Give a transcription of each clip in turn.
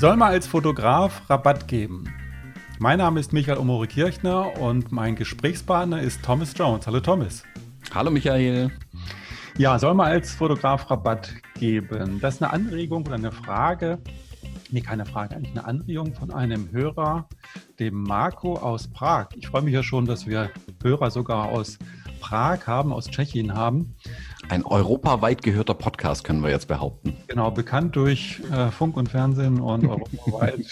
Soll man als Fotograf Rabatt geben? Mein Name ist Michael Omori-Kirchner und mein Gesprächspartner ist Thomas Jones. Hallo Thomas. Hallo Michael. Ja, soll man als Fotograf Rabatt geben? Das ist eine Anregung oder eine Frage, keine Frage, eigentlich eine Anregung von einem Hörer, dem Marco aus Prag. Ich freue mich ja schon, dass wir Hörer sogar aus Prag haben, aus Tschechien haben. Ein europaweit gehörter Podcast, können wir jetzt behaupten. Genau, bekannt durch Funk und Fernsehen und europaweit.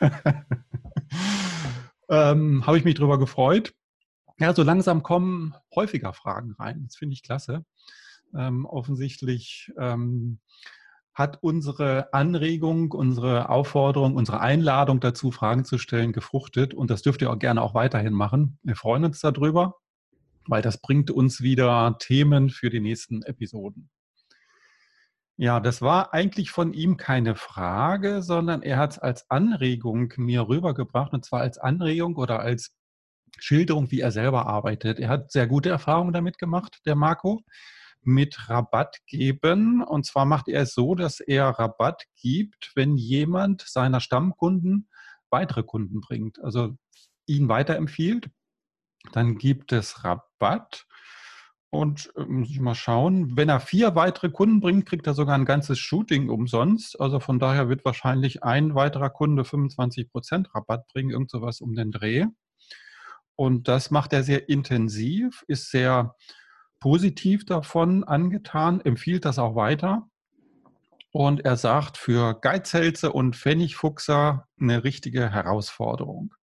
Habe ich mich drüber gefreut. Ja, so langsam kommen häufiger Fragen rein. Das finde ich klasse. Offensichtlich hat unsere Anregung, unsere Aufforderung, unsere Einladung dazu, Fragen zu stellen, gefruchtet. Und das dürft ihr auch gerne auch weiterhin machen. Wir freuen uns darüber, weil das bringt uns wieder Themen für die nächsten Episoden. Ja, das war eigentlich von ihm keine Frage, sondern er hat es als Anregung mir rübergebracht, und zwar als Anregung oder als Schilderung, wie er selber arbeitet. Er hat sehr gute Erfahrungen damit gemacht, der Marco, mit Rabatt geben. Und zwar macht er es so, dass er Rabatt gibt, wenn jemand seiner Stammkunden weitere Kunden bringt, also ihn weiterempfiehlt. Dann gibt es Rabatt. Und muss ich mal schauen, wenn er 4 weitere Kunden bringt, kriegt er sogar ein ganzes Shooting umsonst. Also von daher wird wahrscheinlich ein weiterer Kunde 25% Rabatt bringen, irgend sowas um den Dreh. Und das macht er sehr intensiv, ist sehr positiv davon angetan, empfiehlt das auch weiter. Und er sagt, für Geizhälse und Pfennigfuchser eine richtige Herausforderung.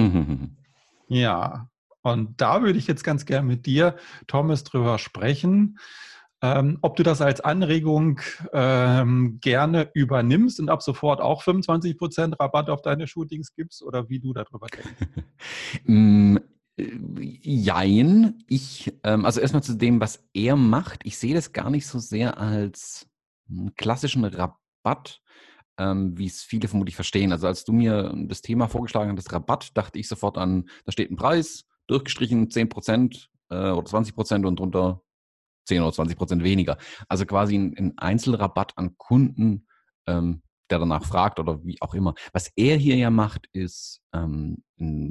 Ja, und da würde ich jetzt ganz gern mit dir, Thomas, drüber sprechen, ob du das als Anregung gerne übernimmst und ab sofort auch 25% Rabatt auf deine Shootings gibst oder wie du darüber denkst. Jein. Also erstmal zu dem, was er macht. Ich sehe das gar nicht so sehr als klassischen Rabatt, wie es viele vermutlich verstehen. Also als du mir das Thema vorgeschlagen hast, Rabatt, dachte ich sofort an, da steht ein Preis, durchgestrichen 10% oder 20% und drunter 10 oder 20% weniger. Also quasi ein Einzelrabatt an Kunden, der danach fragt oder wie auch immer. Was er hier ja macht, ist ein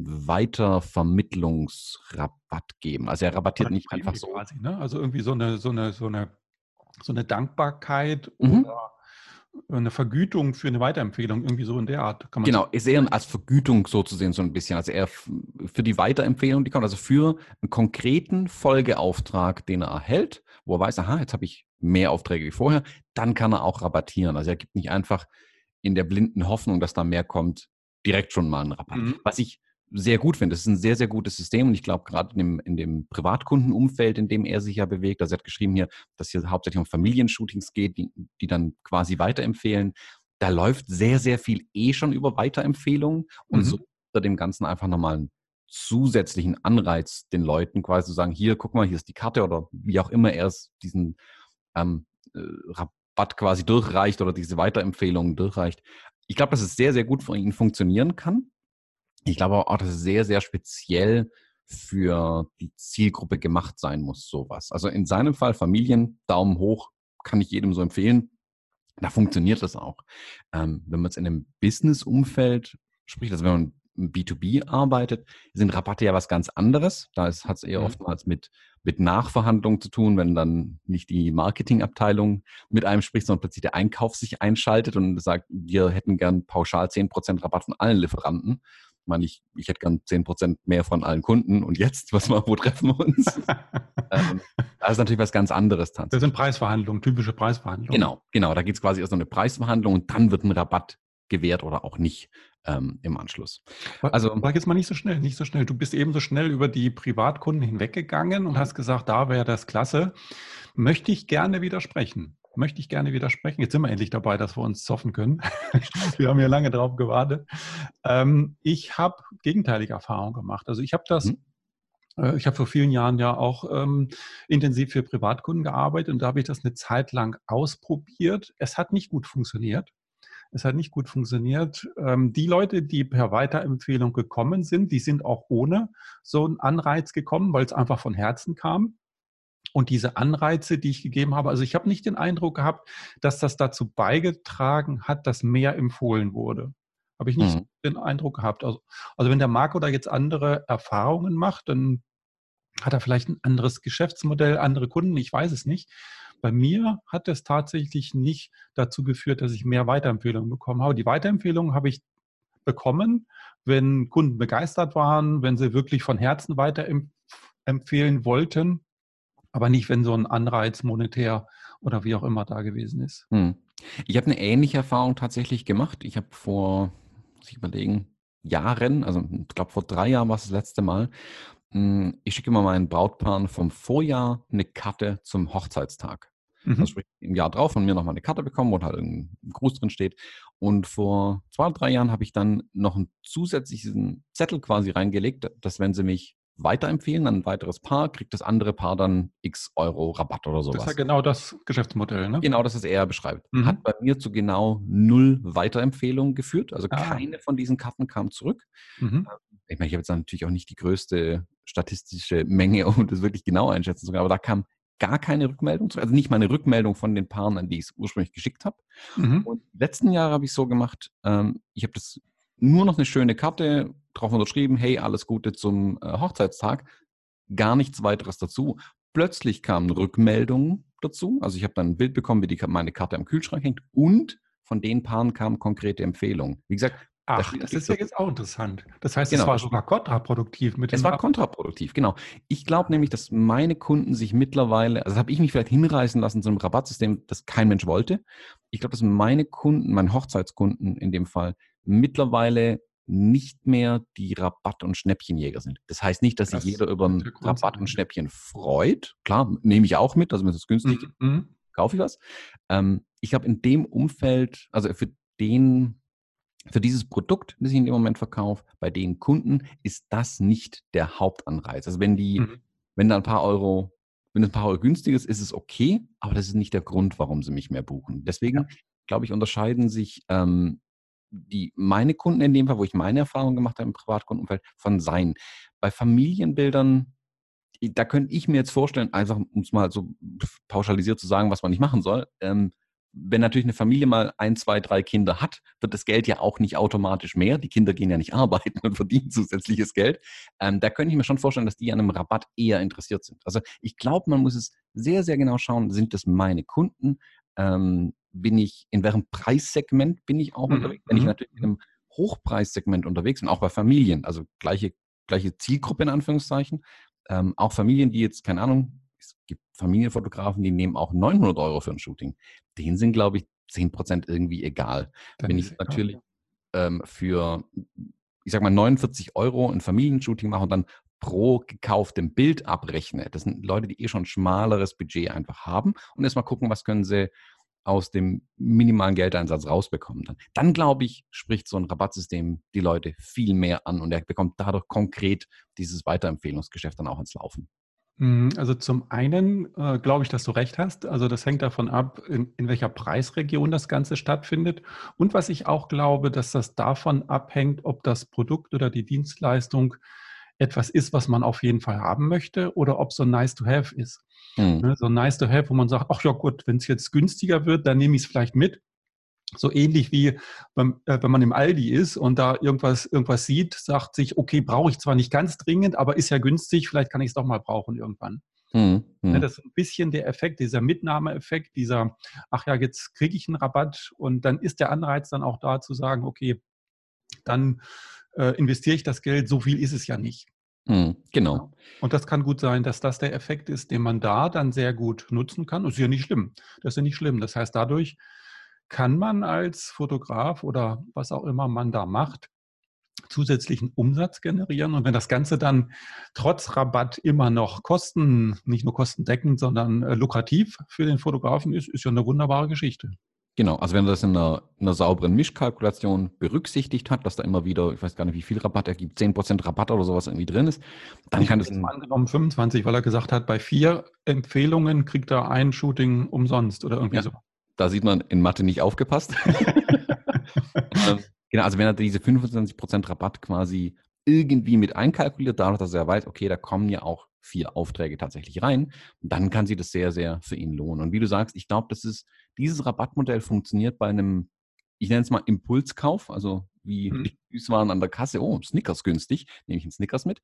Weitervermittlungsrabatt geben. Also er rabattiert nicht einfach so. Quasi, ne? Also irgendwie so eine Dankbarkeit Mhm. oder eine Vergütung für eine Weiterempfehlung, irgendwie so in der Art. Kann man Genau, ist eher als Vergütung so zu sehen, so ein bisschen. Also er für die Weiterempfehlung, die kommt, also für einen konkreten Folgeauftrag, den er erhält, wo er weiß, aha, jetzt habe ich mehr Aufträge wie vorher, dann kann er auch rabattieren. Also er gibt nicht einfach in der blinden Hoffnung, dass da mehr kommt, direkt schon mal einen Rabatt. Was ich sehr gut finde. Das ist ein sehr, sehr gutes System und ich glaube, gerade in dem Privatkundenumfeld, in dem er sich ja bewegt, also er hat geschrieben hier, dass hier hauptsächlich um Familienshootings geht, die dann quasi weiterempfehlen. Da läuft sehr, sehr viel schon über Weiterempfehlungen und so unter dem Ganzen einfach nochmal einen zusätzlichen Anreiz den Leuten quasi zu sagen, hier, guck mal, hier ist die Karte oder wie auch immer er es diesen Rabatt quasi durchreicht oder diese Weiterempfehlungen durchreicht. Ich glaube, dass es sehr, sehr gut für ihn funktionieren kann. Ich glaube auch, dass es sehr, sehr speziell für die Zielgruppe gemacht sein muss, sowas. Also in seinem Fall Familien, Daumen hoch, kann ich jedem so empfehlen. Da funktioniert das auch. Wenn man jetzt in einem Business-Umfeld spricht, also wenn man im B2B arbeitet, sind Rabatte ja was ganz anderes. Da hat es eher oftmals mit Nachverhandlungen zu tun, wenn dann nicht die Marketingabteilung mit einem spricht, sondern plötzlich der Einkauf sich einschaltet und sagt, wir hätten gern pauschal 10% Rabatt von allen Lieferanten. Ich meine, ich hätte gern 10% mehr von allen Kunden und jetzt, wo treffen wir uns? Das ist natürlich was ganz anderes tatsächlich. Das sind Preisverhandlungen, typische Preisverhandlungen. Genau. Da geht es quasi erst um eine Preisverhandlung und dann wird ein Rabatt gewährt oder auch nicht im Anschluss. Also sag jetzt mal nicht so schnell. Du bist eben so schnell über die Privatkunden hinweggegangen und hast gesagt, da wäre das klasse. Möchte ich gerne widersprechen. Jetzt sind wir endlich dabei, dass wir uns zoffen können. Wir haben ja lange drauf gewartet. Ich habe gegenteilige Erfahrungen gemacht. Also ich habe vor vielen Jahren ja auch intensiv für Privatkunden gearbeitet und da habe ich das eine Zeit lang ausprobiert. Es hat nicht gut funktioniert. Die Leute, die per Weiterempfehlung gekommen sind, die sind auch ohne so einen Anreiz gekommen, weil es einfach von Herzen kam. Und diese Anreize, die ich gegeben habe, also ich habe nicht den Eindruck gehabt, dass das dazu beigetragen hat, dass mehr empfohlen wurde. Habe ich nicht Mhm. den Eindruck gehabt. Also wenn der Marco da jetzt andere Erfahrungen macht, dann hat er vielleicht ein anderes Geschäftsmodell, andere Kunden, ich weiß es nicht. Bei mir hat es tatsächlich nicht dazu geführt, dass ich mehr Weiterempfehlungen bekommen habe. Die Weiterempfehlungen habe ich bekommen, wenn Kunden begeistert waren, wenn sie wirklich von Herzen weiterempfehlen wollten, aber nicht, wenn so ein Anreiz monetär oder wie auch immer da gewesen ist. Mhm. Ich habe eine ähnliche Erfahrung tatsächlich gemacht. Ich habe vor, muss ich überlegen, Jahren, also ich glaube vor 3 Jahren war es das letzte Mal, ich schicke immer meinen Brautpaaren vom Vorjahr eine Karte zum Hochzeitstag. Also Mhm. sprich, im Jahr drauf von mir nochmal eine Karte bekommen, wo halt ein Gruß drin steht. Und vor 2 oder 3 Jahren habe ich dann noch einen zusätzlichen Zettel quasi reingelegt, dass wenn sie mich weiterempfehlen an ein weiteres Paar, kriegt das andere Paar dann x Euro Rabatt oder Das ist ja sowas. genau das Geschäftsmodell, ne? Genau, das, was er beschreibt. Hat Mhm. bei mir zu genau 0 Weiterempfehlungen geführt. Also Ah. keine von diesen Karten kam zurück. Mhm. Ich meine, ich habe jetzt natürlich auch nicht die größte statistische Menge, um das wirklich genau einschätzen zu können, aber da kam gar keine Rückmeldung zurück. Also nicht mal eine Rückmeldung von den Paaren, an die ich es ursprünglich geschickt habe. Mhm. Und die letzten Jahre habe ich so gemacht, ich habe das nur noch eine schöne Karte drauf unterschrieben, hey, alles Gute zum Hochzeitstag, gar nichts weiteres dazu. Plötzlich kamen Rückmeldungen dazu. Also ich habe dann ein Bild bekommen, wie meine Karte am Kühlschrank hängt und von den Paaren kamen konkrete Empfehlungen. Wie gesagt, da Ach, steht das natürlich ist so, ja jetzt auch interessant. Das heißt, es genau, war da steht sogar kontraproduktiv mit es dem war Rabatt. kontraproduktiv, genau. Ich glaube nämlich, dass meine Kunden sich mittlerweile, also habe ich mich vielleicht hinreißen lassen zu einem Rabattsystem, das kein Mensch wollte. Ich glaube, dass meine Kunden, meine Hochzeitskunden in dem Fall, mittlerweile nicht mehr die Rabatt- und Schnäppchenjäger sind. Das heißt nicht, dass sich Das jeder über wird einen der Grund Rabatt und sein. Schnäppchen freut. Klar, nehme ich auch mit, also wenn es günstig ist, Mhm. Mhm. kaufe ich was. Ich glaube, in dem Umfeld, also für dieses Produkt, das ich in dem Moment verkaufe, bei den Kunden ist das nicht der Hauptanreiz. Also Mhm. wenn da wenn es ein paar Euro günstiger ist, ist es okay, aber das ist nicht der Grund, warum sie mich mehr buchen. Ja. Deswegen, glaube ich, unterscheiden sich meine Kunden in dem Fall, wo ich meine Erfahrung gemacht habe im Privatkundenumfeld, von seinen. Bei Familienbildern, da könnte ich mir jetzt vorstellen, einfach um es mal so pauschalisiert zu sagen, was man nicht machen soll, wenn natürlich eine Familie mal 1, 2, 3 Kinder hat, wird das Geld ja auch nicht automatisch mehr. Die Kinder gehen ja nicht arbeiten und verdienen zusätzliches Geld. Da könnte ich mir schon vorstellen, dass die an einem Rabatt eher interessiert sind. Also ich glaube, man muss es sehr, sehr genau schauen, sind das meine Kunden? In welchem Preissegment bin ich auch Mhm. unterwegs? Wenn ich Mhm. natürlich in einem Hochpreissegment unterwegs bin, auch bei Familien, also gleiche Zielgruppe in Anführungszeichen, auch Familien, die jetzt, keine Ahnung, es gibt Familienfotografen, die nehmen auch 900 Euro für ein Shooting. Denen sind, glaube ich, 10% irgendwie egal. Dann Wenn ich ist jetzt egal. natürlich für, ich sag mal, 49 Euro ein Familienshooting mache und dann pro gekauftem Bild abrechne, das sind Leute, die schon ein schmaleres Budget einfach haben und erstmal gucken, was können sie aus dem minimalen Geldeinsatz rausbekommen. Dann glaube ich, spricht so ein Rabattsystem die Leute viel mehr an und er bekommt dadurch konkret dieses Weiterempfehlungsgeschäft dann auch ins Laufen. Also zum einen glaube ich, dass du recht hast. Also das hängt davon ab, in welcher Preisregion das Ganze stattfindet. Und was ich auch glaube, dass das davon abhängt, ob das Produkt oder die Dienstleistung etwas ist, was man auf jeden Fall haben möchte oder ob so nice to have ist. Mhm. Ne, so nice to have, wo man sagt, ach ja gut, wenn es jetzt günstiger wird, dann nehme ich es vielleicht mit. So ähnlich wie wenn man im Aldi ist und da irgendwas sieht, sagt sich, okay, brauche ich zwar nicht ganz dringend, aber ist ja günstig, vielleicht kann ich es doch mal brauchen irgendwann. Mhm. Ne, Mhm. das ist ein bisschen der Effekt, dieser Mitnahmeeffekt, ach ja, jetzt kriege ich einen Rabatt und dann ist der Anreiz dann auch da zu sagen, okay, dann investiere ich das Geld, so viel ist es ja nicht. Mhm. Ja. Genau. Und das kann gut sein, dass das der Effekt ist, den man da dann sehr gut nutzen kann. Das ist ja nicht schlimm. Das ist ja nicht schlimm. Das heißt, dadurch kann man als Fotograf oder was auch immer man da macht, zusätzlichen Umsatz generieren. Und wenn das Ganze dann trotz Rabatt immer noch nicht nur kostendeckend, sondern lukrativ für den Fotografen ist, ist ja eine wunderbare Geschichte. Genau. Also wenn er das in einer sauberen Mischkalkulation berücksichtigt hat, dass da immer wieder, ich weiß gar nicht, wie viel Rabatt er gibt, 10% Rabatt oder sowas irgendwie drin ist, dann Ich kann habe das jetzt mal angenommen 25, weil er gesagt hat, bei 4 Empfehlungen kriegt er ein Shooting umsonst oder irgendwie ja, so. da sieht man in Mathe nicht aufgepasst. Genau, also wenn er diese 25% Rabatt quasi irgendwie mit einkalkuliert, dadurch, dass er weiß, okay, da kommen ja auch 4 Aufträge tatsächlich rein, dann kann sich das sehr, sehr für ihn lohnen. Und wie du sagst, ich glaube, dieses Rabattmodell funktioniert bei einem, ich nenne es mal Impulskauf. Also wie die Süßwaren an der Kasse. Oh, Snickers günstig, nehme ich einen Snickers mit.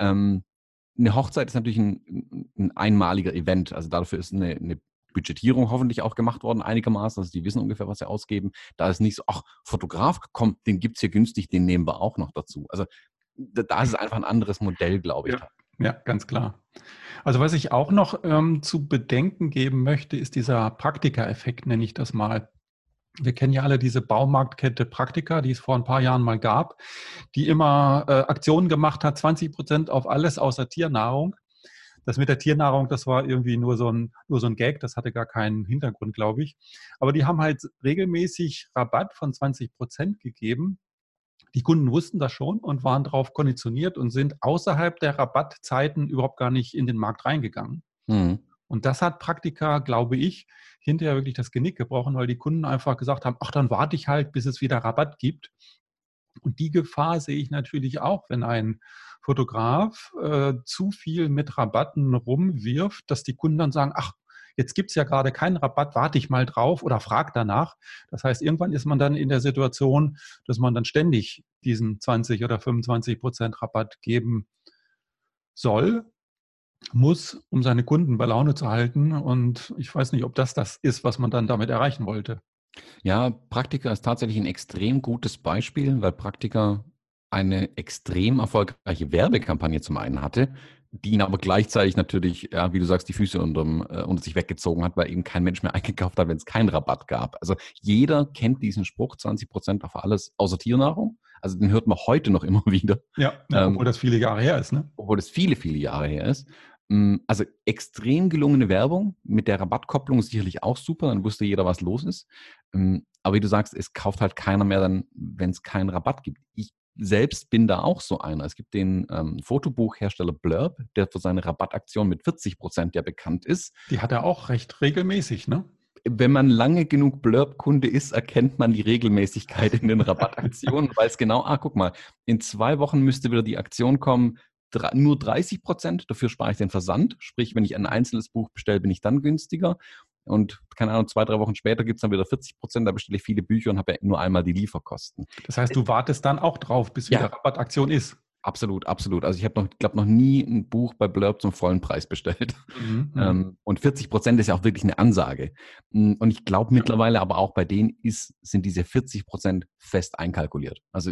Eine Hochzeit ist natürlich ein einmaliger Event. Also dafür ist eine Budgetierung hoffentlich auch gemacht worden, einigermaßen. Also die wissen ungefähr, was sie ausgeben. Da ist nicht so, ach, Fotograf, komm, den gibt es hier günstig, den nehmen wir auch noch dazu. Also da ist es einfach ein anderes Modell, glaube ich. Ja, ja, ganz klar. Also was ich auch noch zu bedenken geben möchte, ist dieser Praktika-Effekt, nenne ich das mal. Wir kennen ja alle diese Baumarktkette Praktika, die es vor ein paar Jahren mal gab, die immer Aktionen gemacht hat, 20% auf alles außer Tiernahrung. Das mit der Tiernahrung, das war irgendwie nur so ein Gag, das hatte gar keinen Hintergrund, glaube ich. Aber die haben halt regelmäßig Rabatt von 20% gegeben. Die Kunden wussten das schon und waren darauf konditioniert und sind außerhalb der Rabattzeiten überhaupt gar nicht in den Markt reingegangen. Mhm. Und das hat Praktika, glaube ich, hinterher wirklich das Genick gebrochen, weil die Kunden einfach gesagt haben, ach, dann warte ich halt, bis es wieder Rabatt gibt. Und die Gefahr sehe ich natürlich auch, wenn ein Fotograf zu viel mit Rabatten rumwirft, dass die Kunden dann sagen, ach, jetzt gibt es ja gerade keinen Rabatt, warte ich mal drauf oder frag danach. Das heißt, irgendwann ist man dann in der Situation, dass man dann ständig diesen 20 oder 25% Rabatt geben soll, muss, um seine Kunden bei Laune zu halten. Und ich weiß nicht, ob das ist, was man dann damit erreichen wollte. Ja, Praktika ist tatsächlich ein extrem gutes Beispiel, weil Praktika eine extrem erfolgreiche Werbekampagne zum einen hatte, die ihn aber gleichzeitig natürlich, ja, wie du sagst, die Füße unter sich weggezogen hat, weil eben kein Mensch mehr eingekauft hat, wenn es keinen Rabatt gab. Also jeder kennt diesen Spruch, 20% auf alles außer Tiernahrung. Also den hört man heute noch immer wieder. Ja, obwohl das viele Jahre her ist, ne? Obwohl es viele, viele Jahre her ist. Also extrem gelungene Werbung, mit der Rabattkopplung sicherlich auch super, dann wusste jeder, was los ist. Aber wie du sagst, es kauft halt keiner mehr dann, wenn es keinen Rabatt gibt. Ich selbst bin da auch so einer. Es gibt den Fotobuchhersteller Blurb, der für seine Rabattaktion mit 40% ja bekannt ist. Die hat er auch recht regelmäßig, ne? Wenn man lange genug Blurb-Kunde ist, erkennt man die Regelmäßigkeit in den Rabattaktionen, weil es genau, guck mal, in 2 Wochen müsste wieder die Aktion kommen, nur 30%, dafür spare ich den Versand. Sprich, wenn ich ein einzelnes Buch bestelle, bin ich dann günstiger. Und keine Ahnung, 2, 3 Wochen später gibt es dann wieder 40%, da bestelle ich viele Bücher und habe ja nur einmal die Lieferkosten. Das heißt, du wartest dann auch drauf, bis wieder Rabattaktion ist. Absolut, absolut. Also ich habe glaube noch nie ein Buch bei Blurb zum vollen Preis bestellt. Und 40% ist ja auch wirklich eine Ansage. Und ich glaube mittlerweile aber auch bei denen sind diese 40% fest einkalkuliert. Also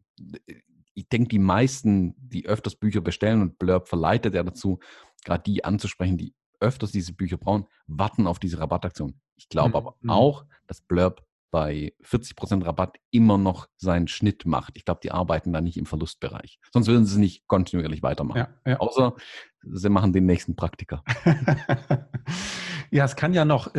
ich denke, die meisten, die öfters Bücher bestellen, und Blurb verleitet ja dazu, gerade die anzusprechen, die öfters diese Bücher brauchen, warten auf diese Rabattaktion. Ich glaube aber auch, dass Blurb bei 40% Rabatt immer noch seinen Schnitt macht. Ich glaube, die arbeiten da nicht im Verlustbereich. Sonst würden sie es nicht kontinuierlich weitermachen. Ja. Außer sie machen den nächsten Praktiker. Ja, es kann ja noch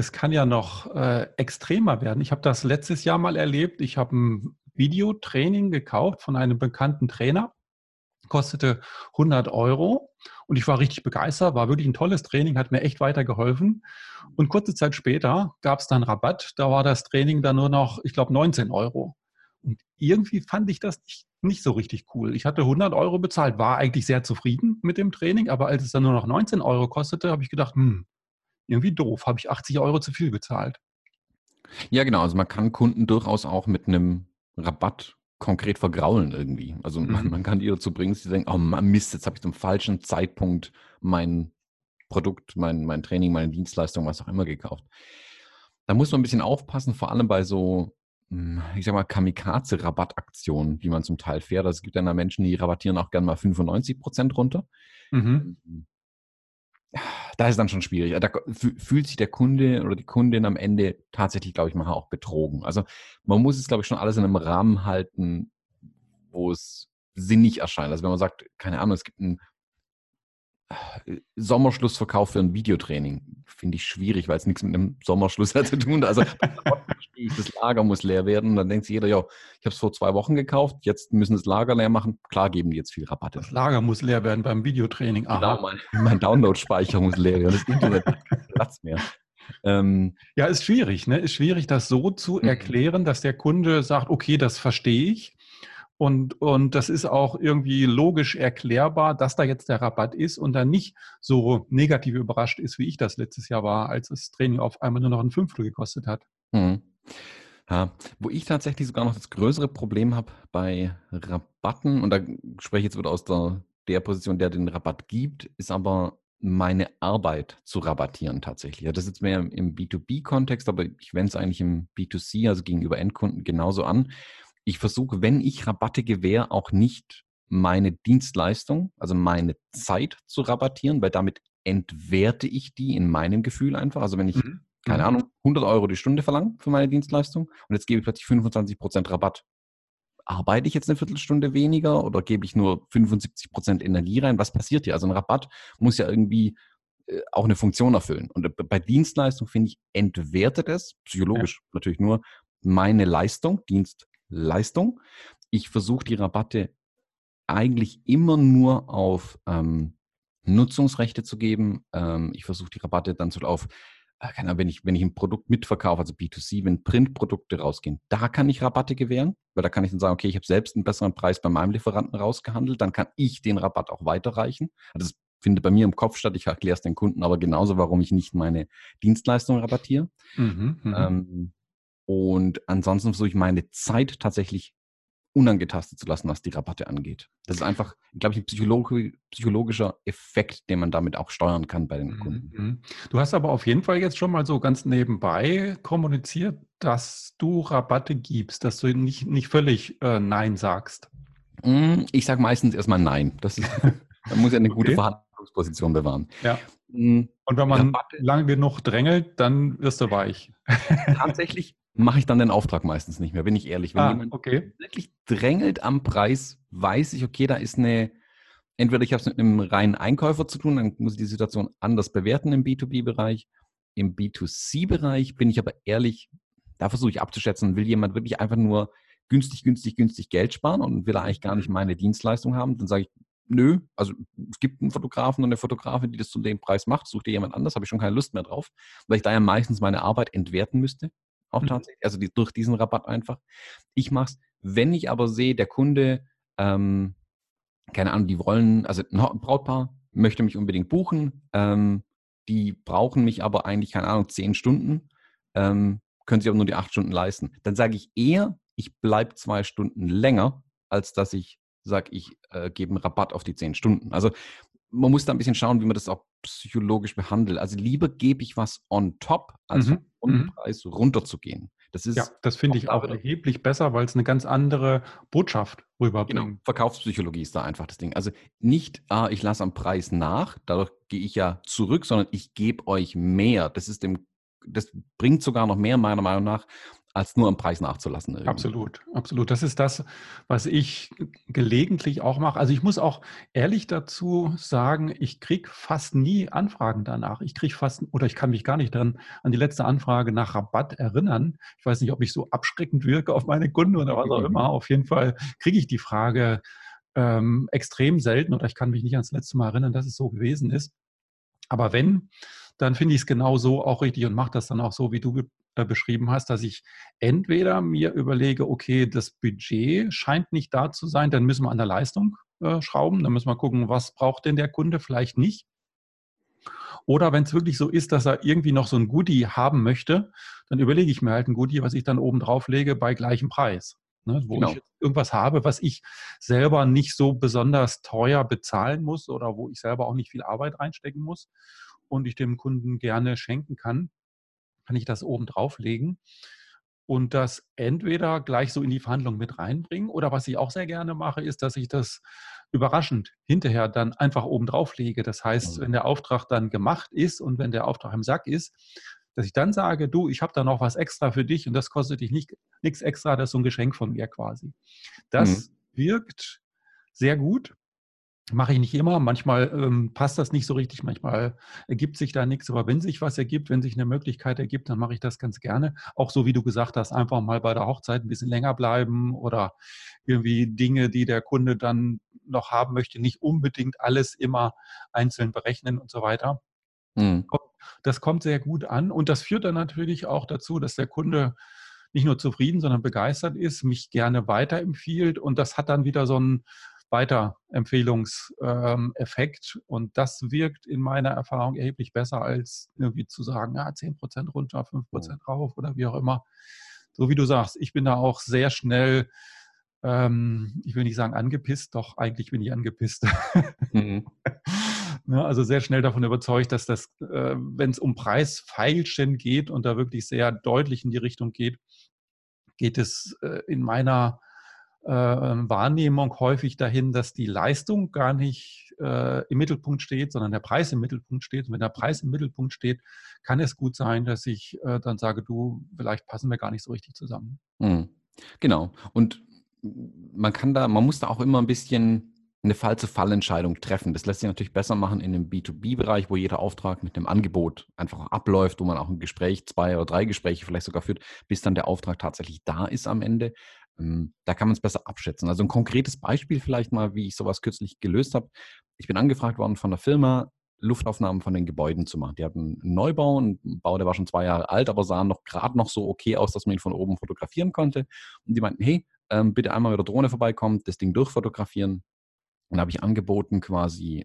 extremer werden. Ich habe das letztes Jahr mal erlebt. Ich habe ein Videotraining gekauft von einem bekannten Trainer. Kostete 100 € und ich war richtig begeistert, war wirklich ein tolles Training, hat mir echt weitergeholfen. Und kurze Zeit später gab es dann Rabatt, da war das Training dann nur noch, ich glaube, 19 €. Und irgendwie fand ich das nicht so richtig cool. Ich hatte 100 € bezahlt, war eigentlich sehr zufrieden mit dem Training, aber als es dann nur noch 19 € kostete, habe ich gedacht, irgendwie doof, habe ich 80 € zu viel bezahlt. Ja, genau. Also man kann Kunden durchaus auch mit einem Rabatt konkret vergraulen irgendwie. Also man kann die dazu bringen, dass sie denken, oh Mann, Mist, jetzt habe ich zum falschen Zeitpunkt mein Produkt, mein Training, meine Dienstleistung, was auch immer gekauft. Da muss man ein bisschen aufpassen, vor allem bei so, ich sag mal, Kamikaze-Rabattaktionen, die man zum Teil fährt. Also es gibt ja Menschen, die rabattieren auch gerne mal 95% runter. Da ist es dann schon schwierig. Da fühlt sich der Kunde oder die Kundin am Ende tatsächlich, glaube ich, mal auch betrogen. Also man muss es, glaube ich, schon alles in einem Rahmen halten, wo es sinnig erscheint. Also wenn man sagt, keine Ahnung, es gibt einen Sommerschlussverkauf für ein Videotraining, finde ich schwierig, weil es nichts mit einem Sommerschluss hat zu tun. Also das Lager muss leer werden. Und dann denkt sich jeder, ja, ich habe es vor 2 Wochen gekauft, jetzt müssen das Lager leer machen. Klar geben die jetzt viel Rabatte. Das Lager muss leer werden beim Videotraining. Aha. Genau, mein Download-Speicher muss leer werden. Das Internet hat keinen Platz mehr. Ja, ist schwierig, ne? Ist schwierig, das so zu erklären, dass der Kunde sagt, okay, das verstehe ich. Und das ist auch irgendwie logisch erklärbar, dass da jetzt der Rabatt ist und dann nicht so negativ überrascht ist, wie ich das letztes Jahr war, als das Training auf einmal nur noch ein Fünftel gekostet hat. Ja, Ja, wo ich tatsächlich sogar noch das größere Problem habe bei Rabatten, und da spreche ich jetzt wieder aus der Position, der den Rabatt gibt, ist aber meine Arbeit zu rabattieren tatsächlich. Ja, das ist jetzt mehr im B2B-Kontext, aber ich wende es eigentlich im B2C, also gegenüber Endkunden, genauso an. Ich versuche, wenn ich Rabatte gewähre, auch nicht meine Dienstleistung, also meine Zeit zu rabattieren, weil damit entwerte ich die in meinem Gefühl einfach. Also wenn ich, Mhm. keine Mhm. Ahnung, 100 € die Stunde verlange für meine Dienstleistung und jetzt gebe ich plötzlich 25% Rabatt. Arbeite ich jetzt eine Viertelstunde weniger oder gebe ich nur 75% Energie rein? Was passiert hier? Also ein Rabatt muss ja irgendwie auch eine Funktion erfüllen. Und bei Dienstleistung, finde ich, entwertet es, Ja. psychologisch natürlich nur, meine Leistung, Dienstleistung. Ich versuche die Rabatte eigentlich immer nur auf Nutzungsrechte zu geben. Ich versuche die Rabatte dann so auf, keine Ahnung, wenn ich ein Produkt mitverkaufe, also B2C, wenn Printprodukte rausgehen, da kann ich Rabatte gewähren, weil da kann ich dann sagen, okay, ich habe selbst einen besseren Preis bei meinem Lieferanten rausgehandelt, dann kann ich den Rabatt auch weiterreichen. Also das findet bei mir im Kopf statt, ich erkläre es den Kunden aber genauso, warum ich nicht meine Dienstleistung rabattiere. Mhm. Mhm. Ähm, und ansonsten versuche ich meine Zeit tatsächlich unangetastet zu lassen, was die Rabatte angeht. Das ist einfach, glaube ich, ein psychologischer Effekt, den man damit auch steuern kann bei den Mhm. Kunden. Mhm. Du hast aber auf jeden Fall jetzt schon mal so ganz nebenbei kommuniziert, dass du Rabatte gibst, dass du nicht völlig Nein sagst. Ich sage meistens erstmal nein. Das ist, man muss ja eine gute Okay. Verhandlungsposition bewahren. Ja. Hm, Und wenn man Rabatte, lange genug drängelt, dann wirst du weich. tatsächlich mache ich dann den Auftrag meistens nicht mehr, bin ich ehrlich. Wenn Ah, jemand okay. wirklich drängelt am Preis, weiß ich, okay, da ist entweder ich habe es mit einem reinen Einkäufer zu tun, dann muss ich die Situation anders bewerten im B2B-Bereich. Im B2C-Bereich bin ich aber ehrlich, da versuche ich abzuschätzen, will jemand wirklich einfach nur günstig, günstig, günstig Geld sparen und will er Mhm. eigentlich gar nicht Mhm. meine Dienstleistung haben, dann sage ich, nö, also es gibt einen Fotografen und eine Fotografin, die das zu dem Preis macht, such dir jemand anders, habe ich schon keine Lust mehr drauf, weil ich da ja meistens meine Arbeit entwerten müsste, auch Mhm. tatsächlich, also durch diesen Rabatt einfach. Ich mache es, wenn ich aber sehe, der Kunde, keine Ahnung, die wollen, also ein Brautpaar möchte mich unbedingt buchen, die brauchen mich aber eigentlich, keine Ahnung, 10 Stunden, können sich aber nur die 8 Stunden leisten. Dann sage ich eher, ich bleibe 2 Stunden länger, als dass ich sage, ich gebe einen Rabatt auf die 10 Stunden. Also man muss da ein bisschen schauen, wie man das auch psychologisch behandelt. Also lieber gebe ich was on top, als vom Mhm. Mhm. Grundpreis runterzugehen. Das Ja, ist das finde auch ich da auch wieder. erheblich besser, weil es eine ganz andere Botschaft Genau, rüberbringt. Verkaufspsychologie ist da einfach das Ding. Also nicht, ich lasse am Preis nach, dadurch gehe ich ja zurück, sondern ich gebe euch mehr. Das bringt sogar noch mehr, meiner Meinung nach, als nur am Preis nachzulassen irgendwie. Absolut, absolut. Das ist das, was ich gelegentlich auch mache. Also ich muss auch ehrlich dazu sagen, ich kriege fast nie Anfragen danach. Ich kriege fast, oder ich kann mich gar nicht dran an die letzte Anfrage nach Rabatt erinnern. Ich weiß nicht, ob ich so abschreckend wirke auf meine Kunden oder was auch immer. Auf jeden Fall kriege ich die Frage extrem selten oder ich kann mich nicht ans letzte Mal erinnern, dass es so gewesen ist. Aber wenn, dann finde ich es genau so auch richtig und mache das dann auch so, wie du beschrieben hast, dass ich entweder mir überlege, okay, das Budget scheint nicht da zu sein, dann müssen wir an der Leistung schrauben, dann müssen wir gucken, was braucht denn der Kunde, vielleicht nicht. Oder wenn es wirklich so ist, dass er irgendwie noch so ein Goodie haben möchte, dann überlege ich mir halt ein Goodie, was ich dann oben drauf lege bei gleichem Preis. Ne, wo ich Genau. jetzt irgendwas habe, was ich selber nicht so besonders teuer bezahlen muss oder wo ich selber auch nicht viel Arbeit reinstecken muss und ich dem Kunden gerne schenken kann, kann ich das oben drauflegen und das entweder gleich so in die Verhandlung mit reinbringen oder was ich auch sehr gerne mache, ist, dass ich das überraschend hinterher dann einfach oben drauf lege. Das heißt, Mhm. wenn der Auftrag dann gemacht ist und wenn der Auftrag im Sack ist, dass ich dann sage, du, ich habe da noch was extra für dich und das kostet dich nichts extra, das ist so ein Geschenk von mir quasi. Mhm. Das wirkt sehr gut. Mache ich nicht immer. Manchmal passt das nicht so richtig. Manchmal ergibt sich da nichts. Aber wenn sich was ergibt, wenn sich eine Möglichkeit ergibt, dann mache ich das ganz gerne. Auch so, wie du gesagt hast, einfach mal bei der Hochzeit ein bisschen länger bleiben oder irgendwie Dinge, die der Kunde dann noch haben möchte, nicht unbedingt alles immer einzeln berechnen und so weiter. Mhm. Das kommt sehr gut an und das führt dann natürlich auch dazu, dass der Kunde nicht nur zufrieden, sondern begeistert ist, mich gerne weiterempfiehlt und das hat dann wieder so einen Weiterempfehlungseffekt und das wirkt in meiner Erfahrung erheblich besser, als irgendwie zu sagen, ja, 10% runter, Mhm. 5% rauf oder wie auch immer. so wie du sagst, ich bin da auch sehr schnell, ich will nicht sagen angepisst, doch eigentlich bin ich angepisst. Mhm. Ne, also sehr schnell davon überzeugt, dass das, wenn es um Preisfeilschen geht und da wirklich sehr deutlich in die Richtung geht, geht es in meiner Wahrnehmung häufig dahin, dass die Leistung gar nicht im Mittelpunkt steht, sondern der Preis im Mittelpunkt steht. Und wenn der Preis im Mittelpunkt steht, kann es gut sein, dass ich dann sage, du, vielleicht passen wir gar nicht so richtig zusammen. Mhm. Genau. Und man muss da auch immer ein bisschen eine Fall-zu-Fall-Entscheidung treffen. Das lässt sich natürlich besser machen in dem B2B-Bereich, wo jeder Auftrag mit einem Angebot einfach auch abläuft, wo man auch ein Gespräch, 2 oder 3 Gespräche vielleicht sogar führt, bis dann der Auftrag tatsächlich da ist am Ende. Da kann man es besser abschätzen. Also ein konkretes Beispiel vielleicht mal, wie ich sowas kürzlich gelöst habe. Ich bin angefragt worden von einer Firma, Luftaufnahmen von den Gebäuden zu machen. Die hatten einen Neubau, ein Bau, der war schon 2 Jahre alt, aber sah noch gerade noch so okay aus, dass man ihn von oben fotografieren konnte. Und die meinten, hey, bitte einmal mit der Drohne vorbeikommen, das Ding durchfotografieren. Und da habe ich angeboten quasi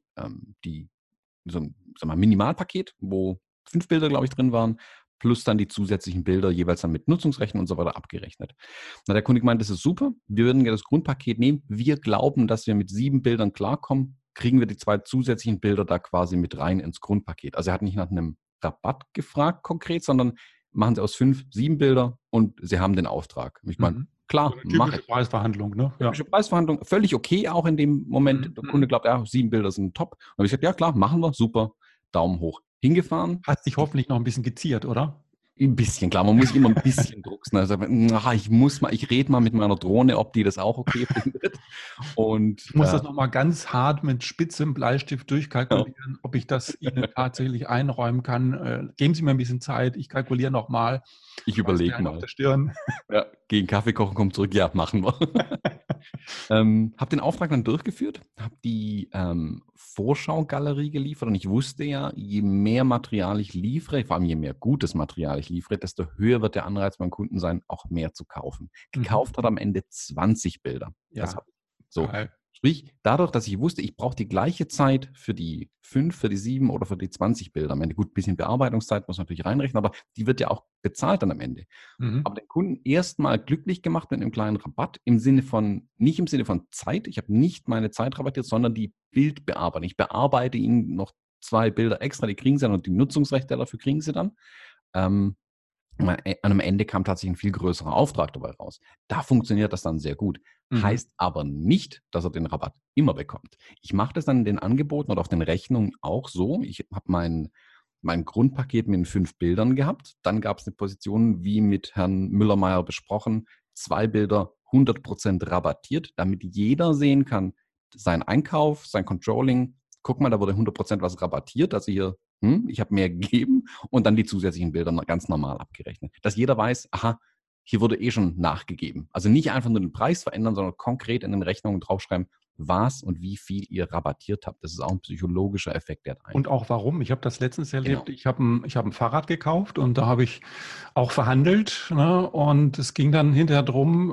so ein sag mal, Minimalpaket, wo 5 Bilder, glaube ich, drin waren, plus dann die zusätzlichen Bilder jeweils dann mit Nutzungsrechten und so weiter abgerechnet. Na, der Kunde meint, das ist super, wir würden ja das Grundpaket nehmen, wir glauben, dass wir mit 7 Bildern klarkommen, kriegen wir die 2 zusätzlichen Bilder da quasi mit rein ins Grundpaket. Also er hat nicht nach einem Rabatt gefragt konkret, sondern machen Sie aus 5 7 Bilder und Sie haben den Auftrag. Und ich meine, Mhm. So klar, eine mache typische ich. Preisverhandlung, ne? Ja. Typische Preisverhandlung, völlig okay auch in dem Moment. Der Kunde Mhm. glaubt, ja, 7 Bilder sind top. Und habe ich gesagt, ja klar, machen wir, super, Daumen hoch. Hingefahren, Hat sich hoffentlich noch ein bisschen geziert, oder? ein bisschen, klar, man muss sich immer ein bisschen drucksen. Also, ich rede mal mit meiner Drohne, ob die das auch okay findet. Und Ich muss das nochmal ganz hart mit spitzem Bleistift ja, durchkalkulieren, ob ich das Ihnen tatsächlich einräumen kann. Geben Sie mir ein bisschen Zeit, ich kalkuliere nochmal. ich Schweißperlen überlege auf der mal. Stirn. Ja, gegen Kaffee kochen, kommt zurück, ja, machen wir. Habe den Auftrag dann durchgeführt, habe die Vorschaugalerie geliefert und ich wusste ja, je mehr Material ich liefere, vor allem je mehr gutes Material ich liefere, desto höher wird der Anreiz beim Kunden sein, auch mehr zu kaufen. Mhm. Gekauft hat am Ende 20 Bilder. Das Ja, habe ich. So. geil. Sprich, dadurch, dass ich wusste, ich brauche die gleiche Zeit für die 5, für die 7 oder für die 20 Bilder. Am Ende gut, ein bisschen Bearbeitungszeit muss man natürlich reinrechnen, aber die wird ja auch bezahlt dann am Ende. Mhm. Aber den Kunden erstmal glücklich gemacht mit einem kleinen Rabatt im Sinne von, nicht im Sinne von Zeit, ich habe nicht meine Zeit rabattiert, sondern die Bildbearbeitung. Ich bearbeite ihnen noch 2 Bilder extra, die kriegen sie dann und die Nutzungsrechte dafür kriegen sie dann. Ähm, am Ende kam tatsächlich ein viel größerer Auftrag dabei raus. Da funktioniert das dann sehr gut. Mhm. Heißt aber nicht, dass er den Rabatt immer bekommt. Ich mache das dann in den Angeboten oder auf den Rechnungen auch so. Ich habe mein Grundpaket mit den 5 Bildern gehabt. Dann gab es eine Position, wie mit Herrn Müller-Meyer besprochen, 2 Bilder 100% rabattiert, damit jeder sehen kann, sein Einkauf, sein Controlling. Guck mal, da wurde 100% was rabattiert. Also hier, ich habe mehr gegeben und dann die zusätzlichen Bilder ganz normal abgerechnet. Dass jeder weiß, aha, hier wurde eh schon nachgegeben. Also nicht einfach nur den Preis verändern, sondern konkret in den Rechnungen draufschreiben, was und wie viel ihr rabattiert habt. Das ist auch ein psychologischer Effekt, der da Und eintritt. auch warum? Ich habe das letztens erlebt. Genau. Ich hab ein Fahrrad gekauft und da habe ich auch verhandelt. Ne? Und es ging dann hinterher drum,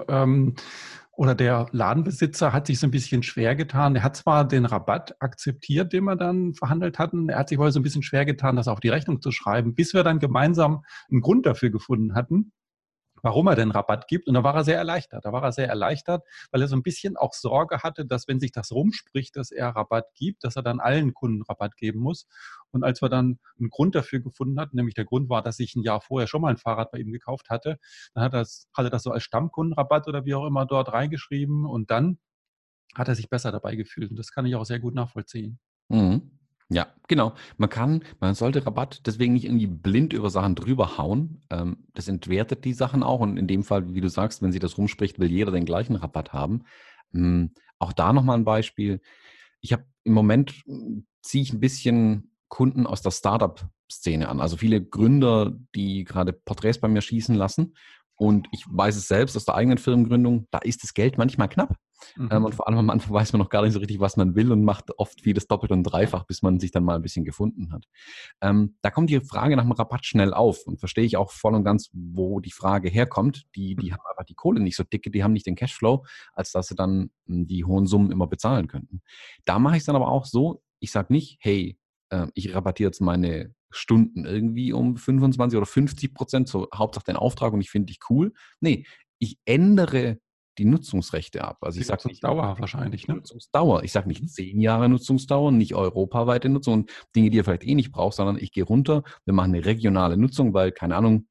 oder der Ladenbesitzer hat sich so ein bisschen schwer getan. Er hat zwar den Rabatt akzeptiert, den wir dann verhandelt hatten. Er hat sich wohl so ein bisschen schwer getan, das auf die Rechnung zu schreiben, bis wir dann gemeinsam einen Grund dafür gefunden hatten, warum er den Rabatt gibt. Und da war er sehr erleichtert. Da war er sehr erleichtert, weil er so ein bisschen auch Sorge hatte, dass wenn sich das rumspricht, dass er Rabatt gibt, dass er dann allen Kunden Rabatt geben muss. Und als wir dann einen Grund dafür gefunden hatten, nämlich der Grund war, dass ich ein Jahr vorher schon mal ein Fahrrad bei ihm gekauft hatte, dann hat er das so als Stammkundenrabatt oder wie auch immer dort reingeschrieben und dann hat er sich besser dabei gefühlt. Und das kann ich auch sehr gut nachvollziehen. Mhm. Ja, genau. Man sollte Rabatt deswegen nicht irgendwie blind über Sachen drüber hauen. Das entwertet die Sachen auch. Und in dem Fall, wie du sagst, wenn sich das rumspricht, will jeder den gleichen Rabatt haben. Auch da nochmal ein Beispiel. Ich habe im Moment, ziehe ich ein bisschen Kunden aus der Startup-Szene an. Also viele Gründer, die gerade Porträts bei mir schießen lassen. Und ich weiß es selbst aus der eigenen Firmengründung, da ist das Geld manchmal knapp. Mhm. Und vor allem am Anfang weiß man noch gar nicht so richtig, was man will und macht oft vieles doppelt und dreifach, bis man sich dann mal ein bisschen gefunden hat. Da kommt die Frage nach dem Rabatt schnell auf und verstehe ich auch voll und ganz, wo die Frage herkommt. Die haben einfach die Kohle nicht so dicke, die haben nicht den Cashflow, als dass sie dann die hohen Summen immer bezahlen könnten. Da mache ich es dann aber auch so, ich sage nicht, hey, ich rabattiere jetzt meine Stunden irgendwie um 25 oder 50%, so Hauptsache den Auftrag und ich finde dich cool. Nee, ich ändere die Nutzungsrechte ab. Also Die ich sage nicht Nutzungsdauer wahrscheinlich, die ne? Nutzungsdauer. Ich sage nicht Mhm. 10 Jahre Nutzungsdauer, nicht europaweite Nutzung und Dinge, die ihr vielleicht eh nicht braucht, sondern ich gehe runter, wir machen eine regionale Nutzung, weil, keine Ahnung,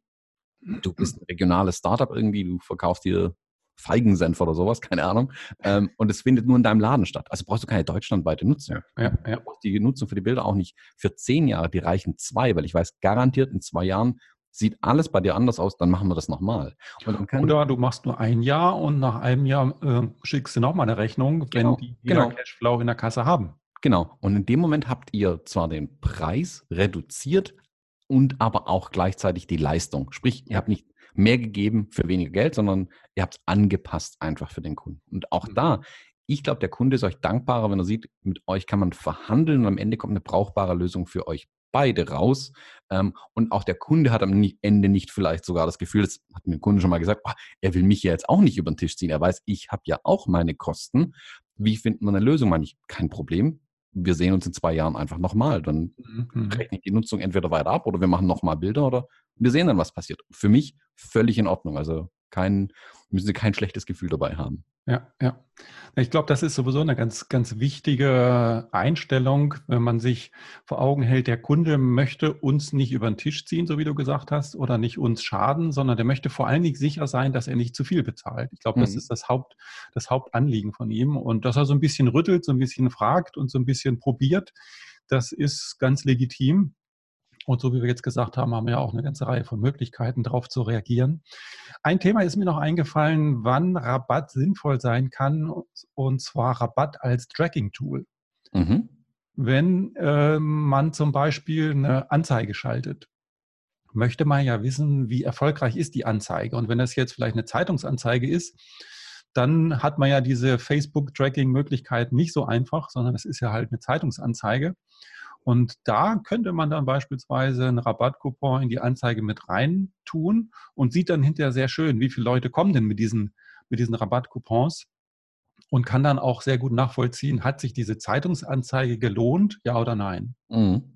du bist ein regionales Startup irgendwie, du verkaufst dir Feigensenf oder sowas, keine Ahnung. Und es findet nur in deinem Laden statt. Also brauchst du keine deutschlandweite Ja, Nutzung. ja, Du ja. brauchst die Nutzung für die Bilder auch nicht für 10 Jahre, die reichen 2, weil ich weiß garantiert, in 2 Jahren sieht alles bei dir anders aus, dann machen wir das nochmal. Und dann kann, Oder du machst nur ein Jahr und nach einem Jahr schickst du nochmal eine Rechnung, wenn genau, die wieder genau. Cashflow in der Kasse haben. Genau. Und in dem Moment habt ihr zwar den Preis reduziert und aber auch gleichzeitig die Leistung. Sprich, ihr Ja. habt nicht mehr gegeben für weniger Geld, sondern ihr habt es angepasst einfach für den Kunden. Und auch Mhm. da, ich glaube, der Kunde ist euch dankbarer, wenn er sieht, mit euch kann man verhandeln und am Ende kommt eine brauchbare Lösung für euch beide raus. Und auch der Kunde hat am Ende nicht vielleicht sogar das Gefühl, das hat mir der Kunde schon mal gesagt, oh, er will mich ja jetzt auch nicht über den Tisch ziehen. Er weiß, ich habe ja auch meine Kosten. Wie finden wir eine Lösung? Meine ich, kein Problem, wir sehen uns in 2 Jahren einfach nochmal. Dann Mhm. rechne ich die Nutzung entweder weiter ab oder wir machen nochmal Bilder oder wir sehen dann, was passiert. Für mich völlig in Ordnung. Also müssen Sie kein schlechtes Gefühl dabei haben. Ja, ja. Ich glaube, das ist sowieso eine ganz, ganz wichtige Einstellung, wenn man sich vor Augen hält, der Kunde möchte uns nicht über den Tisch ziehen, so wie du gesagt hast, oder nicht uns schaden, sondern der möchte vor allen Dingen sicher sein, dass er nicht zu viel bezahlt. Ich glaube, das Mhm. ist das Hauptanliegen von ihm. Und dass er so ein bisschen rüttelt, so ein bisschen fragt und so ein bisschen probiert, das ist ganz legitim. Und so wie wir jetzt gesagt haben, haben wir ja auch eine ganze Reihe von Möglichkeiten, darauf zu reagieren. Ein Thema ist mir noch eingefallen, wann Rabatt sinnvoll sein kann, und zwar Rabatt als Tracking-Tool. Mhm. Wenn man zum Beispiel eine Anzeige schaltet, möchte man ja wissen, wie erfolgreich ist die Anzeige. Und wenn das jetzt vielleicht eine Zeitungsanzeige ist, dann hat man ja diese Facebook-Tracking-Möglichkeit nicht so einfach, sondern es ist ja halt eine Zeitungsanzeige. Und da könnte man dann beispielsweise einen Rabattcoupon in die Anzeige mit rein tun und sieht dann hinterher sehr schön, wie viele Leute kommen denn mit diesen Rabattcoupons, und kann dann auch sehr gut nachvollziehen, hat sich diese Zeitungsanzeige gelohnt, ja oder nein. Mhm.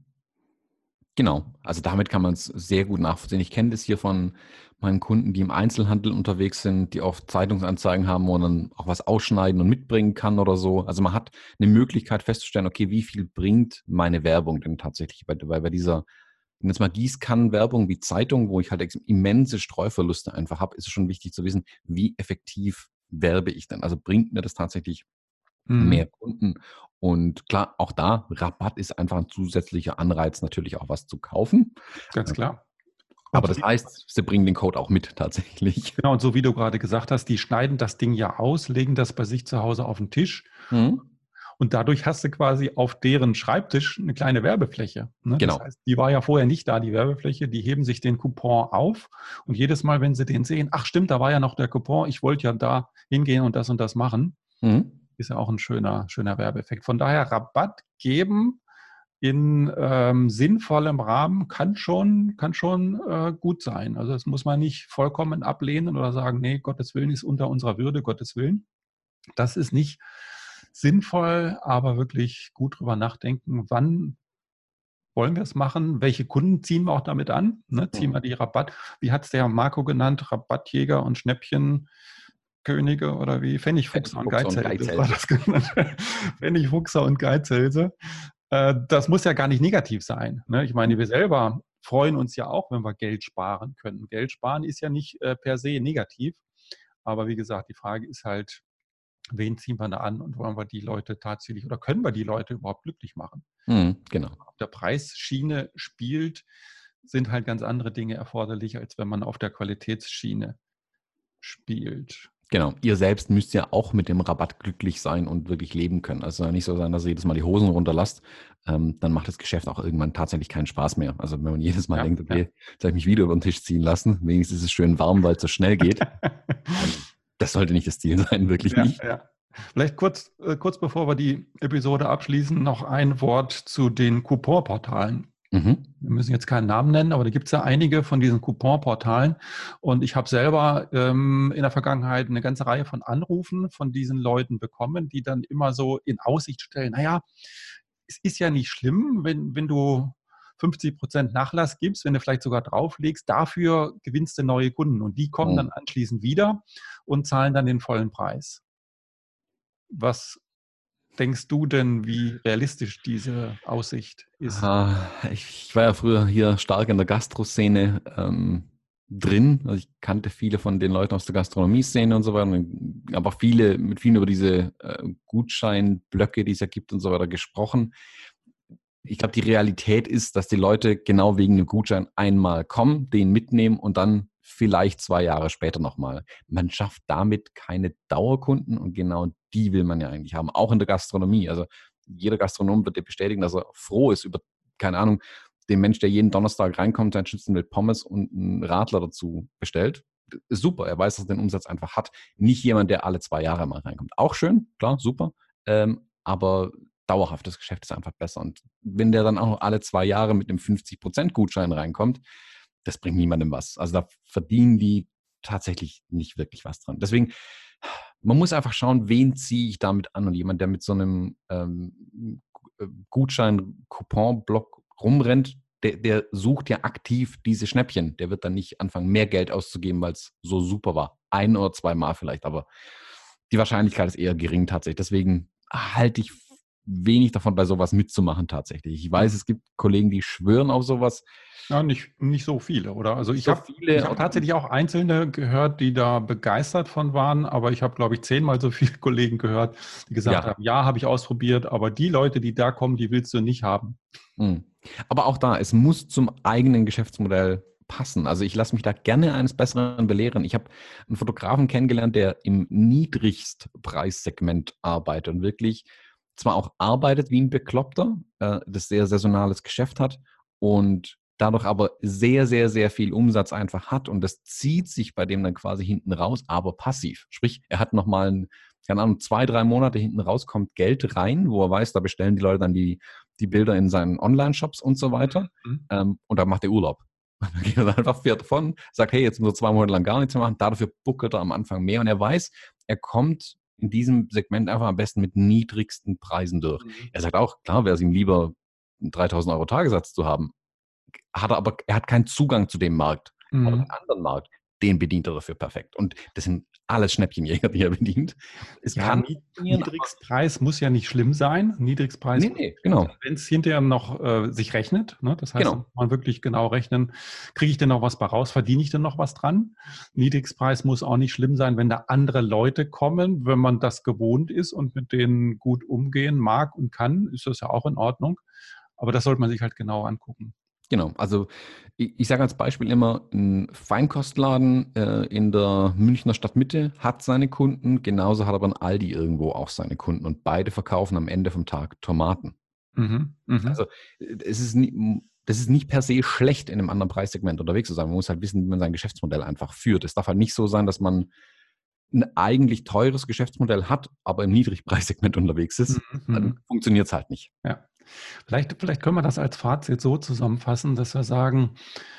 Genau, also damit kann man es sehr gut nachvollziehen. Ich kenne das hier von meinen Kunden, die im Einzelhandel unterwegs sind, die oft Zeitungsanzeigen haben, wo man dann auch was ausschneiden und mitbringen kann oder so. Also man hat eine Möglichkeit festzustellen, okay, wie viel bringt meine Werbung denn tatsächlich? Weil bei dieser, wenn jetzt mal Gießkannenwerbung wie Zeitung, wo ich halt immense Streuverluste einfach habe, ist es schon wichtig zu wissen, wie effektiv werbe ich denn? Also bringt mir das tatsächlich Mhm. mehr Kunden. Und klar, auch da, Rabatt ist einfach ein zusätzlicher Anreiz, natürlich auch was zu kaufen. Ganz Äh, klar. Und Aber so das wie, heißt, sie bringen den Code auch mit tatsächlich. genau, und so wie du gerade gesagt hast, die schneiden das Ding ja aus, legen das bei sich zu Hause auf den Tisch. Mhm. Und dadurch hast du quasi auf deren Schreibtisch eine kleine Werbefläche. Ne? Das Genau. heißt, die war ja vorher nicht da, die Werbefläche. Die heben sich den Coupon auf. Und jedes Mal, wenn sie den sehen, ach stimmt, da war ja noch der Coupon, ich wollte ja da hingehen und das machen, Mhm. ist ja auch ein schöner Werbeeffekt. Von daher Rabatt geben in sinnvollem Rahmen kann schon gut sein. Also das muss man nicht vollkommen ablehnen oder sagen, nee, Gottes Willen ist unter unserer Würde, Gottes Willen. Das ist nicht sinnvoll, aber wirklich gut drüber nachdenken, wann wollen wir es machen, welche Kunden ziehen wir auch damit an, ne? Ziehen wir Mhm. die wie hat es der Marco genannt, Rabattjäger und Schnäppchenkönige oder wie? Pfennigfuchser und Fuchser und Geizhälse, so war Geizhälse. das genannt. Pfennigfuchser und Geizhälse. Das muss ja gar nicht negativ sein. Ne? Ich meine, wir selber freuen uns ja auch, wenn wir Geld sparen können. Geld sparen ist ja nicht per se negativ. Aber wie gesagt, die Frage ist halt, wen ziehen wir da an und wollen wir die Leute tatsächlich oder können wir die Leute überhaupt glücklich machen? Mhm. Genau. Auf der Preisschiene spielt, sind halt ganz andere Dinge erforderlich, als wenn man auf der Qualitätsschiene spielt. Genau. Ihr selbst müsst ja auch mit dem Rabatt glücklich sein und wirklich leben können. Also nicht so sein, dass ihr jedes Mal die Hosen runterlasst. Dann macht das Geschäft auch irgendwann tatsächlich keinen Spaß mehr. Also wenn man jedes Mal Ja, denkt, ja. okay, jetzt habe ich mich wieder über den Tisch ziehen lassen. Wenigstens ist es schön warm, weil es so schnell geht. Das sollte nicht das Ziel sein, wirklich Ja, nicht. ja. Vielleicht kurz bevor wir die Episode abschließen, noch ein Wort zu den Couponportalen. Mhm. Wir müssen jetzt keinen Namen nennen, aber da gibt es ja einige von diesen Couponportalen. Und ich habe selber in der Vergangenheit eine ganze Reihe von Anrufen von diesen Leuten bekommen, die dann immer so in Aussicht stellen, naja, es ist ja nicht schlimm, wenn du 50% Nachlass gibst, wenn du vielleicht sogar drauflegst, dafür gewinnst du neue Kunden und die kommen dann anschließend wieder und zahlen dann den vollen Preis. Was denkst du denn, wie realistisch diese Aussicht ist? Ich war ja früher hier stark in der Gastro-Szene drin. Also ich kannte viele von den Leuten aus der Gastronomie-Szene und so weiter. Aber auch mit vielen über diese Gutscheinblöcke, die es ja gibt und so weiter gesprochen. Ich glaube, die Realität ist, dass die Leute genau wegen dem Gutschein einmal kommen, den mitnehmen und dann vielleicht 2 Jahre später nochmal. Man schafft damit keine Dauerkunden und genau die will man ja eigentlich haben, auch in der Gastronomie. Also jeder Gastronom wird dir bestätigen, dass er froh ist über, keine Ahnung, den Mensch, der jeden Donnerstag reinkommt, sein Schnitzel mit Pommes und einen Radler dazu bestellt. Ist super, er weiß, dass er den Umsatz einfach hat. Nicht jemand, der alle 2 Jahre mal reinkommt. Auch schön, klar, super. Aber dauerhaftes Geschäft ist einfach besser. Und wenn der dann auch noch alle 2 Jahre mit einem 50% Gutschein reinkommt, das bringt niemandem was. Also da verdienen die tatsächlich nicht wirklich was dran. Deswegen, man muss einfach schauen, wen ziehe ich damit an. Und jemand, der mit so einem Gutschein-Coupon-Block rumrennt, der sucht ja aktiv diese Schnäppchen. Der wird dann nicht anfangen, mehr Geld auszugeben, weil es so super war. 1 oder 2 Mal vielleicht, aber die Wahrscheinlichkeit ist eher gering tatsächlich. Deswegen halte ich wenig davon, bei sowas mitzumachen tatsächlich. Ich weiß, es gibt Kollegen, die schwören auf sowas. Ja, nicht so viele, oder? Also ich So habe tatsächlich auch Einzelne gehört, die da begeistert von waren, aber ich habe, glaube ich, 10-mal so viele Kollegen gehört, die gesagt haben, ja, habe ich ausprobiert, aber die Leute, die da kommen, die willst du nicht haben. Aber auch da, es muss zum eigenen Geschäftsmodell passen. Also ich lasse mich da gerne eines Besseren belehren. Ich habe einen Fotografen kennengelernt, der im Niedrigstpreissegment arbeitet und wirklich zwar auch arbeitet wie ein Bekloppter, das sehr saisonales Geschäft hat und dadurch aber sehr, sehr, sehr viel Umsatz einfach hat und das zieht sich bei dem dann quasi hinten raus, aber passiv. Sprich, er hat nochmal, keine Ahnung, 2, 3 Monate hinten raus, kommt Geld rein, wo er weiß, da bestellen die Leute dann die Bilder in seinen Online-Shops und so weiter und dann macht er Urlaub. Dann geht er einfach, fährt davon, sagt, hey, jetzt muss er 2 Monate lang gar nichts mehr machen, dafür buckert er am Anfang mehr und er weiß, er kommt in diesem Segment einfach am besten mit niedrigsten Preisen durch. Er sagt auch, klar wäre es ihm lieber, einen 3.000 Euro Tagessatz zu haben, er hat keinen Zugang zu dem Markt, aber den anderen Markt, den bedient er dafür perfekt. Und das sind alles Schnäppchenjäger, die er bedient. Niedrigstpreis muss ja nicht schlimm sein. Niedrigstpreis, genau. wenn es hinterher noch sich rechnet, ne? Das heißt, genau. da muss man wirklich genau rechnen, kriege ich denn noch was bei raus, verdiene ich denn noch was dran? Niedrigstpreis muss auch nicht schlimm sein, wenn da andere Leute kommen, wenn man das gewohnt ist und mit denen gut umgehen mag und kann, ist das ja auch in Ordnung. Aber das sollte man sich halt genau angucken. Genau, also ich sage als Beispiel immer, ein Feinkostladen in der Münchner Stadtmitte hat seine Kunden, genauso hat aber ein Aldi irgendwo auch seine Kunden und beide verkaufen am Ende vom Tag Tomaten. Also das ist nicht per se schlecht, in einem anderen Preissegment unterwegs zu sein. Man muss halt wissen, wie man sein Geschäftsmodell einfach führt. Es darf halt nicht so sein, dass man ein eigentlich teures Geschäftsmodell hat, aber im Niedrigpreissegment unterwegs ist. Dann funktioniert es halt nicht. Ja. Vielleicht können wir das als Fazit so zusammenfassen, dass wir sagen,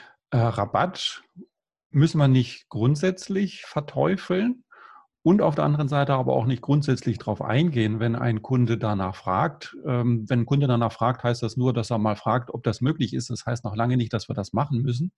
Rabatt müssen wir nicht grundsätzlich verteufeln und auf der anderen Seite aber auch nicht grundsätzlich darauf eingehen, wenn ein Kunde danach fragt. Wenn ein Kunde danach fragt, heißt das nur, dass er mal fragt, ob das möglich ist. Das heißt noch lange nicht, dass wir das machen müssen.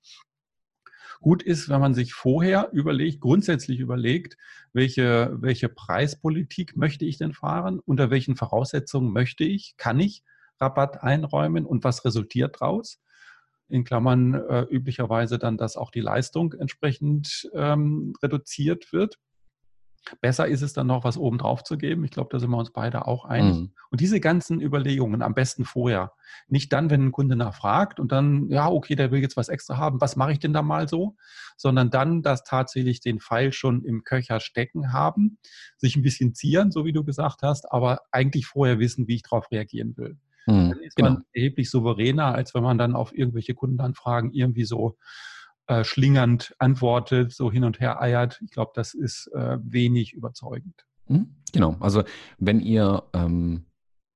Gut ist, wenn man sich vorher grundsätzlich überlegt, welche Preispolitik möchte ich denn fahren, unter welchen Voraussetzungen kann ich Rabatt einräumen und was resultiert daraus? In Klammern üblicherweise dann, dass auch die Leistung entsprechend reduziert wird. Besser ist es dann noch, was oben drauf zu geben. Ich glaube, da sind wir uns beide auch einig. Und diese ganzen Überlegungen am besten vorher. Nicht dann, wenn ein Kunde nachfragt und dann, ja, okay, der will jetzt was extra haben. Was mache ich denn da mal so? Sondern dann, dass tatsächlich den Pfeil schon im Köcher stecken haben, sich ein bisschen zieren, so wie du gesagt hast, aber eigentlich vorher wissen, wie ich darauf reagieren will. Dann ist man erheblich souveräner, als wenn man dann auf irgendwelche Kundenanfragen irgendwie so schlingernd antwortet, so hin und her eiert. Ich glaube, das ist wenig überzeugend. Genau, also wenn ihr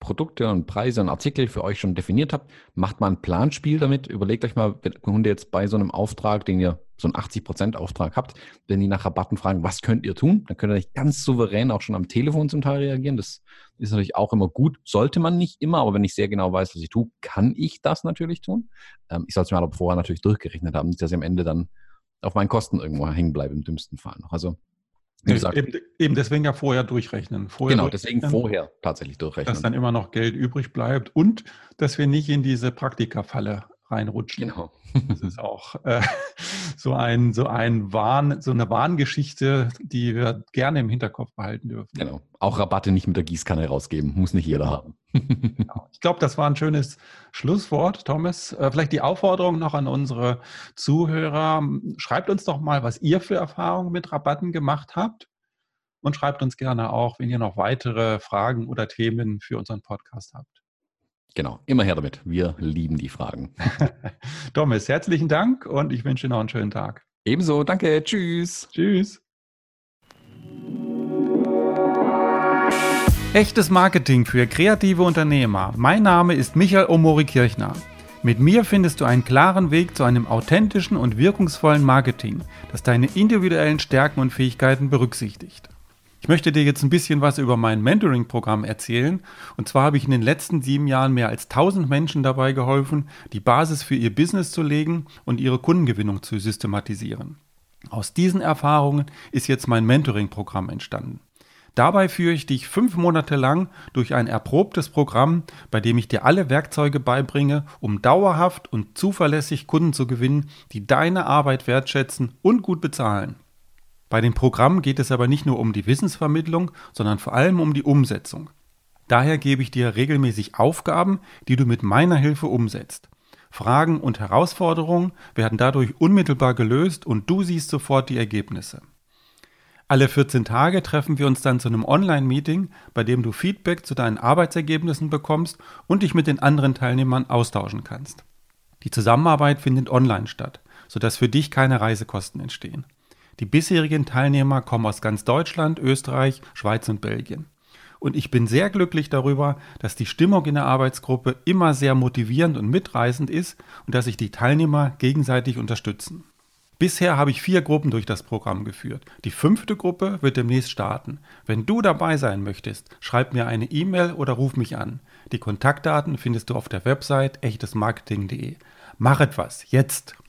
Produkte und Preise und Artikel für euch schon definiert habt, macht mal ein Planspiel damit. Überlegt euch mal, wenn Kunde jetzt bei so einem Auftrag, den ihr so einen 80% Auftrag habt, wenn die nach Rabatten fragen, was könnt ihr tun? Dann könnt ihr nicht ganz souverän auch schon am Telefon zum Teil reagieren. Das ist natürlich auch immer gut. Sollte man nicht immer, aber wenn ich sehr genau weiß, was ich tue, kann ich das natürlich tun. Ich sollte es mir aber vorher natürlich durchgerechnet haben, nicht, dass ich am Ende dann auf meinen Kosten irgendwo hängen bleibe, im dümmsten Fall noch. Also, wie gesagt, eben deswegen ja vorher durchrechnen. Genau, deswegen vorher tatsächlich durchrechnen. Dass dann immer noch Geld übrig bleibt und dass wir nicht in diese Praktika-Falle reinrutschen. Genau. Das ist auch so eine Warngeschichte, die wir gerne im Hinterkopf behalten dürfen. Genau. Auch Rabatte nicht mit der Gießkanne rausgeben. Muss nicht jeder haben. Genau. Ich glaube, das war ein schönes Schlusswort, Thomas. Vielleicht die Aufforderung noch an unsere Zuhörer. Schreibt uns doch mal, was ihr für Erfahrungen mit Rabatten gemacht habt. Und schreibt uns gerne auch, wenn ihr noch weitere Fragen oder Themen für unseren Podcast habt. Genau, immer her damit. Wir lieben die Fragen. Thomas, herzlichen Dank und ich wünsche dir noch einen schönen Tag. Ebenso, danke, tschüss. Tschüss. Echtes Marketing für kreative Unternehmer. Mein Name ist Michael Omori-Kirchner. Mit mir findest du einen klaren Weg zu einem authentischen und wirkungsvollen Marketing, das deine individuellen Stärken und Fähigkeiten berücksichtigt. Ich möchte dir jetzt ein bisschen was über mein Mentoring-Programm erzählen. Und zwar habe ich in den letzten 7 Jahren mehr als 1000 Menschen dabei geholfen, die Basis für ihr Business zu legen und ihre Kundengewinnung zu systematisieren. Aus diesen Erfahrungen ist jetzt mein Mentoring-Programm entstanden. Dabei führe ich dich 5 Monate lang durch ein erprobtes Programm, bei dem ich dir alle Werkzeuge beibringe, um dauerhaft und zuverlässig Kunden zu gewinnen, die deine Arbeit wertschätzen und gut bezahlen. Bei dem Programm geht es aber nicht nur um die Wissensvermittlung, sondern vor allem um die Umsetzung. Daher gebe ich dir regelmäßig Aufgaben, die du mit meiner Hilfe umsetzt. Fragen und Herausforderungen werden dadurch unmittelbar gelöst und du siehst sofort die Ergebnisse. Alle 14 Tage treffen wir uns dann zu einem Online-Meeting, bei dem du Feedback zu deinen Arbeitsergebnissen bekommst und dich mit den anderen Teilnehmern austauschen kannst. Die Zusammenarbeit findet online statt, sodass für dich keine Reisekosten entstehen. Die bisherigen Teilnehmer kommen aus ganz Deutschland, Österreich, Schweiz und Belgien. Und ich bin sehr glücklich darüber, dass die Stimmung in der Arbeitsgruppe immer sehr motivierend und mitreißend ist und dass sich die Teilnehmer gegenseitig unterstützen. Bisher habe ich 4 Gruppen durch das Programm geführt. Die 5. Gruppe wird demnächst starten. Wenn du dabei sein möchtest, schreib mir eine E-Mail oder ruf mich an. Die Kontaktdaten findest du auf der Website echtesmarketing.de. Mach etwas, jetzt!